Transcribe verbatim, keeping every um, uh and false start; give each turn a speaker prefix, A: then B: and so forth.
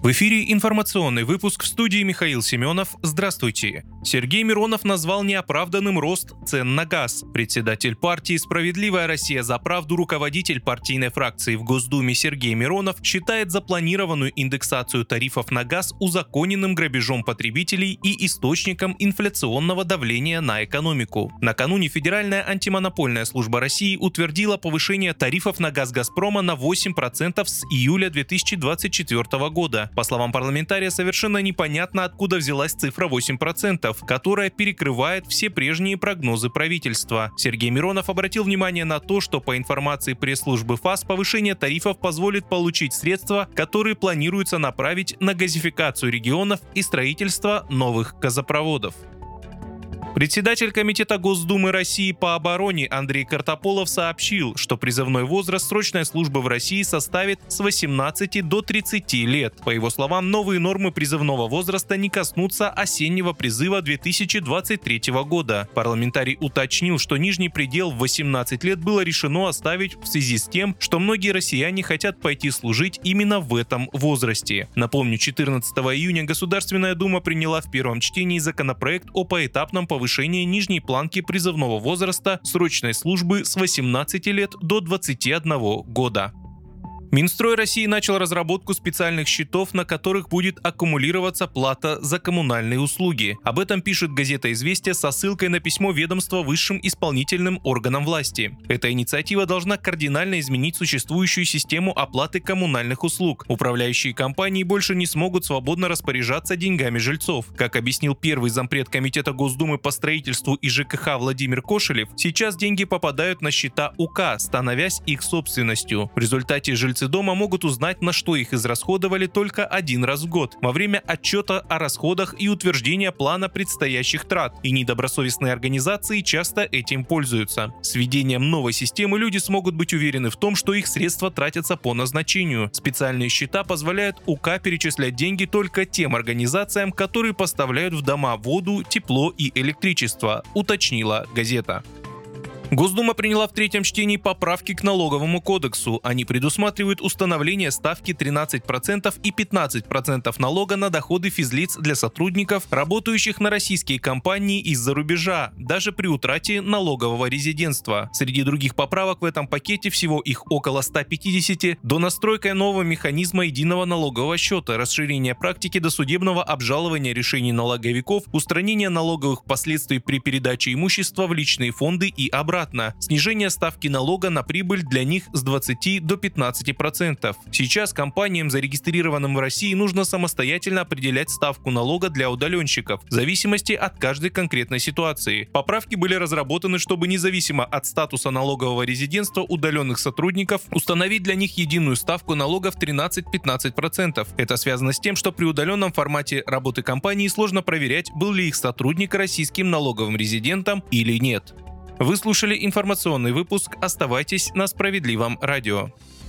A: В эфире информационный выпуск, в студии Михаил Семенов. Здравствуйте. Сергей Миронов назвал неоправданным рост цен на газ. Председатель партии «Справедливая Россия за правду», руководитель партийной фракции в Госдуме Сергей Миронов считает запланированную индексацию тарифов на газ узаконенным грабежом потребителей и источником инфляционного давления на экономику. Накануне Федеральная антимонопольная служба России утвердила повышение тарифов на газ «Газпрома» на восемь процентов с июля две тысячи двадцать четвёртого года. По словам парламентария, совершенно непонятно, откуда взялась цифра восемь процентов, которая перекрывает все прежние прогнозы правительства. Сергей Миронов обратил внимание на то, что по информации пресс-службы ФАС, повышение тарифов позволит получить средства, которые планируется направить на газификацию регионов и строительство новых газопроводов. Председатель Комитета Госдумы России по обороне Андрей Картополов сообщил, что призывной возраст срочной службы в России составит с восемнадцати до тридцати лет. По его словам, новые нормы призывного возраста не коснутся осеннего призыва две тысячи двадцать третьего года. Парламентарий уточнил, что нижний предел в восемнадцать лет было решено оставить в связи с тем, что многие россияне хотят пойти служить именно в этом возрасте. Напомню, четырнадцатого июня Государственная Дума приняла в первом чтении законопроект о поэтапном повышении повышение нижней планки призывного возраста срочной службы с восемнадцати лет до двадцати одного года. Минстрой России начал разработку специальных счетов, на которых будет аккумулироваться плата за коммунальные услуги. Об этом пишет газета «Известия» со ссылкой на письмо ведомства высшим исполнительным органам власти. Эта инициатива должна кардинально изменить существующую систему оплаты коммунальных услуг. Управляющие компании больше не смогут свободно распоряжаться деньгами жильцов. Как объяснил первый зампред Комитета Госдумы по строительству и ЖКХ Владимир Кошелев, сейчас деньги попадают на счета УК, становясь их собственностью. В результате жильцы дома могут узнать, на что их израсходовали только один раз в год, во время отчета о расходах и утверждения плана предстоящих трат, и недобросовестные организации часто этим пользуются. С введением новой системы люди смогут быть уверены в том, что их средства тратятся по назначению. Специальные счета позволяют УК перечислять деньги только тем организациям, которые поставляют в дома воду, тепло и электричество, уточнила газета. Госдума приняла в третьем чтении поправки к налоговому кодексу. Они предусматривают установление ставки тринадцать процентов и пятнадцать процентов налога на доходы физлиц для сотрудников, работающих на российские компании из-за рубежа, даже при утрате налогового резидентства. Среди других поправок в этом пакете, всего их около ста пятидесяти, донастройка нового механизма единого налогового счета, расширение практики досудебного обжалования решений налоговиков, устранение налоговых последствий при передаче имущества в личные фонды и обратно. Снижение ставки налога на прибыль для них с двадцати до пятнадцати процентов. Сейчас компаниям, зарегистрированным в России, нужно самостоятельно определять ставку налога для удаленщиков в зависимости от каждой конкретной ситуации. Поправки были разработаны, чтобы независимо от статуса налогового резидентства удаленных сотрудников установить для них единую ставку налога в тринадцать-пятнадцать процентов. Это связано с тем, что при удаленном формате работы компании сложно проверять, был ли их сотрудник российским налоговым резидентом или нет. Вы слушали информационный выпуск. Оставайтесь на Справедливом радио.